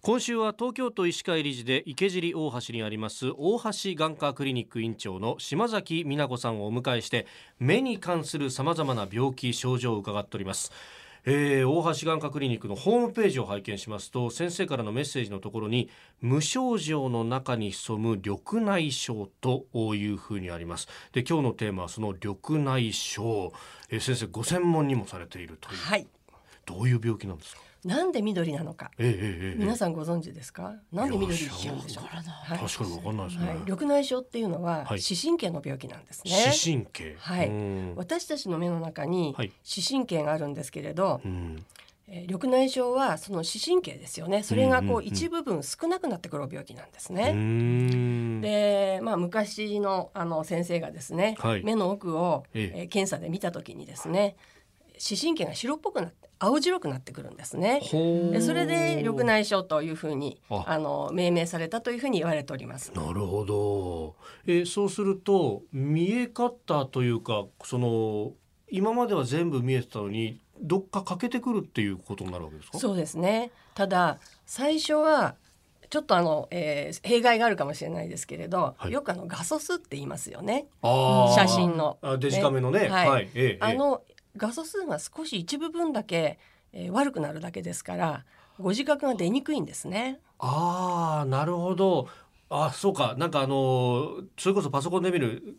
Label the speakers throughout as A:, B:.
A: 今週は東京都医師会理事で池尻大橋にあります大橋眼科クリニック院長の島崎美奈子さんをお迎えして目に関するさまざまな病気症状を伺っております。大橋眼科クリニックのホームページを拝見しますと、先生からのメッセージのところに無症状の中に潜む緑内障というふうにあります。で、今日のテーマはその緑内障、先生ご専門にもされているという、
B: はい、
A: どういう病気なんですか？
B: なんで緑なのか、皆さんご存知ですか？なんで緑にしちゃうんでしょう？
A: はい、確かに分かんないですね。
B: 緑内障っていうのは視神経の病気なんですね。
A: 視神経、
B: はい、私たちの目の中に視神経があるんですけれど、緑内障はその視神経ですよね。それが一部分少なくなってくる病気なんですね。で、昔の先生がですね、目の奥を、検査で見た時にですね、視神経が白っぽくなって青白くなってくるんですね。でそれで緑内障というふうに命名されたというふうに言われております。
A: なるほど。そうすると見え方というか、今までは全部見えてたのにどっか欠けてくるっていうことになるわけですか？
B: そうですね。ただ最初はちょっと弊害があるかもしれないですけれど、よく画素数って言いますよね。写真の
A: デジカメのね、
B: 画素数が少し一部分だけ、悪くなるだけですからご自覚が出にくいんですね。
A: なるほど。そうか。なんかそれこそパソコンで見る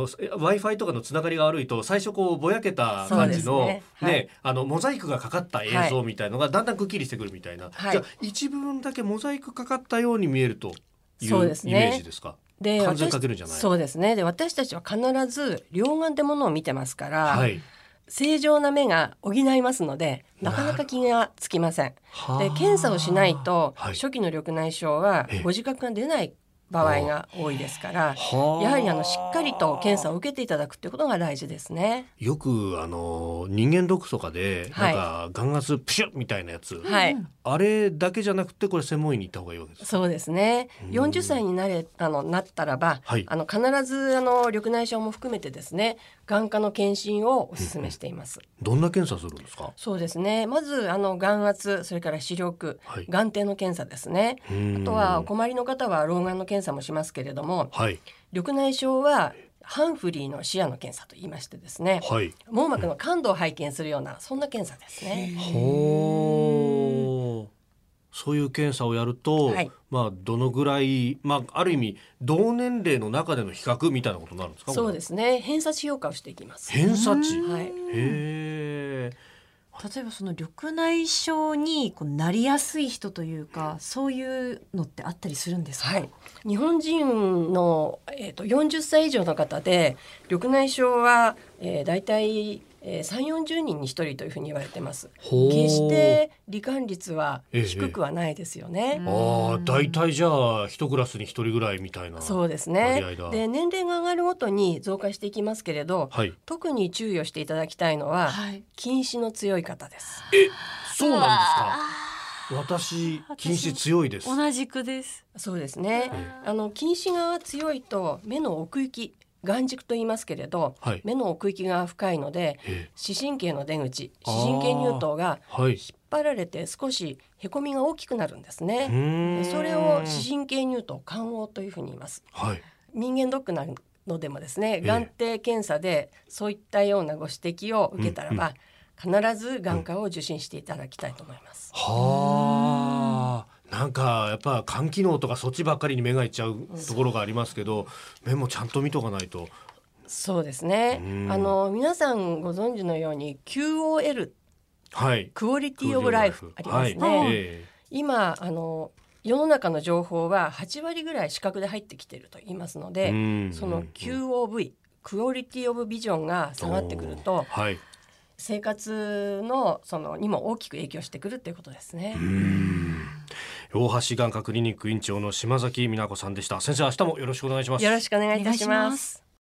A: Wi-Fi とかのつながりが悪いと最初ぼやけた感じの、モザイクがかかった映像みたいのがだんだんくっきりしてくるみたいな、じゃあ一部分だけモザイクかかったように見えるというイメージですか？
B: で
A: 完全にかけるんじゃない？
B: そうですね。で私たちは必ず両眼でものを見てますから、正常な目が補いますのでなかなか気がつきません。で検査をしないと、初期の緑内障はご自覚が出ない場合が多いですから、やはりしっかりと検査を受けていただくということが大事ですね。
A: よく人間ドックとかでなんか眼圧プシュッみたいなやつ、あれだけじゃなくてこれ専門医に行った方がいいわけですか？
B: そうですね。40歳になったらば、必ず緑内障も含めてですね、眼科の検診をお勧めしています。
A: どんな検査するんですか？
B: そうですね。まず眼圧、それから視力、眼底の検査ですね。あとはお困りの方は老眼の検査もしますけれども、緑内障はハンフリーの視野の検査と言いましてですね、網膜の感度を拝見するようなそんな検査ですね。
A: そういう検査をやると、どのぐらい、ある意味同年齢の中での比較みたいなことになるんですか？
B: そうですね。偏差値評価をしていきます。
A: 偏差値、
C: 例えばその緑内障になりやすい人というか、そういうのってあったりするんですか？
B: 日本人の、40歳以上の方で緑内障は、だいたい30-40人に1人というふうに言われてます。決して罹患率は低くはないですよね。
A: だいたいじゃあ1クラスに1人ぐらいみたいな。
B: そうですね。で年齢が上がるごとに増加していきますけれど、特に注意をしていただきたいのは、近視の強い方です。
A: そうなんですか？私近視強いです。
C: 同じくです。
B: そうですね。近視が強いと目の奥行き、眼軸と言いますけれど、目の奥行きが深いので、視神経の出口、視神経乳頭が引っ張られて少しへこみが大きくなるんですね。それを視神経乳頭間黄というふうに言います。人間ドックなどでもですね、眼底検査でそういったようなご指摘を受けたらば、必ず眼科を受診していただきたいと思います。
A: なんかやっぱ肝機能とかそっちばっかりに目がいっちゃうところがありますけど、目もちゃんと見とかないと。
B: そうですね。皆さんご存知のように QOL、クオリティオブライフありますね。今世の中の情報は8割ぐらい視覚で入ってきていると言いますので、その QOV、クオリティオブビジョンが下がってくると、生活のにも大きく影響してくるということですね。
A: 大橋眼科クリニック院長の島崎美奈子さんでした。先生、明日もよろしくお願いします。
B: よろしくお願いいたします。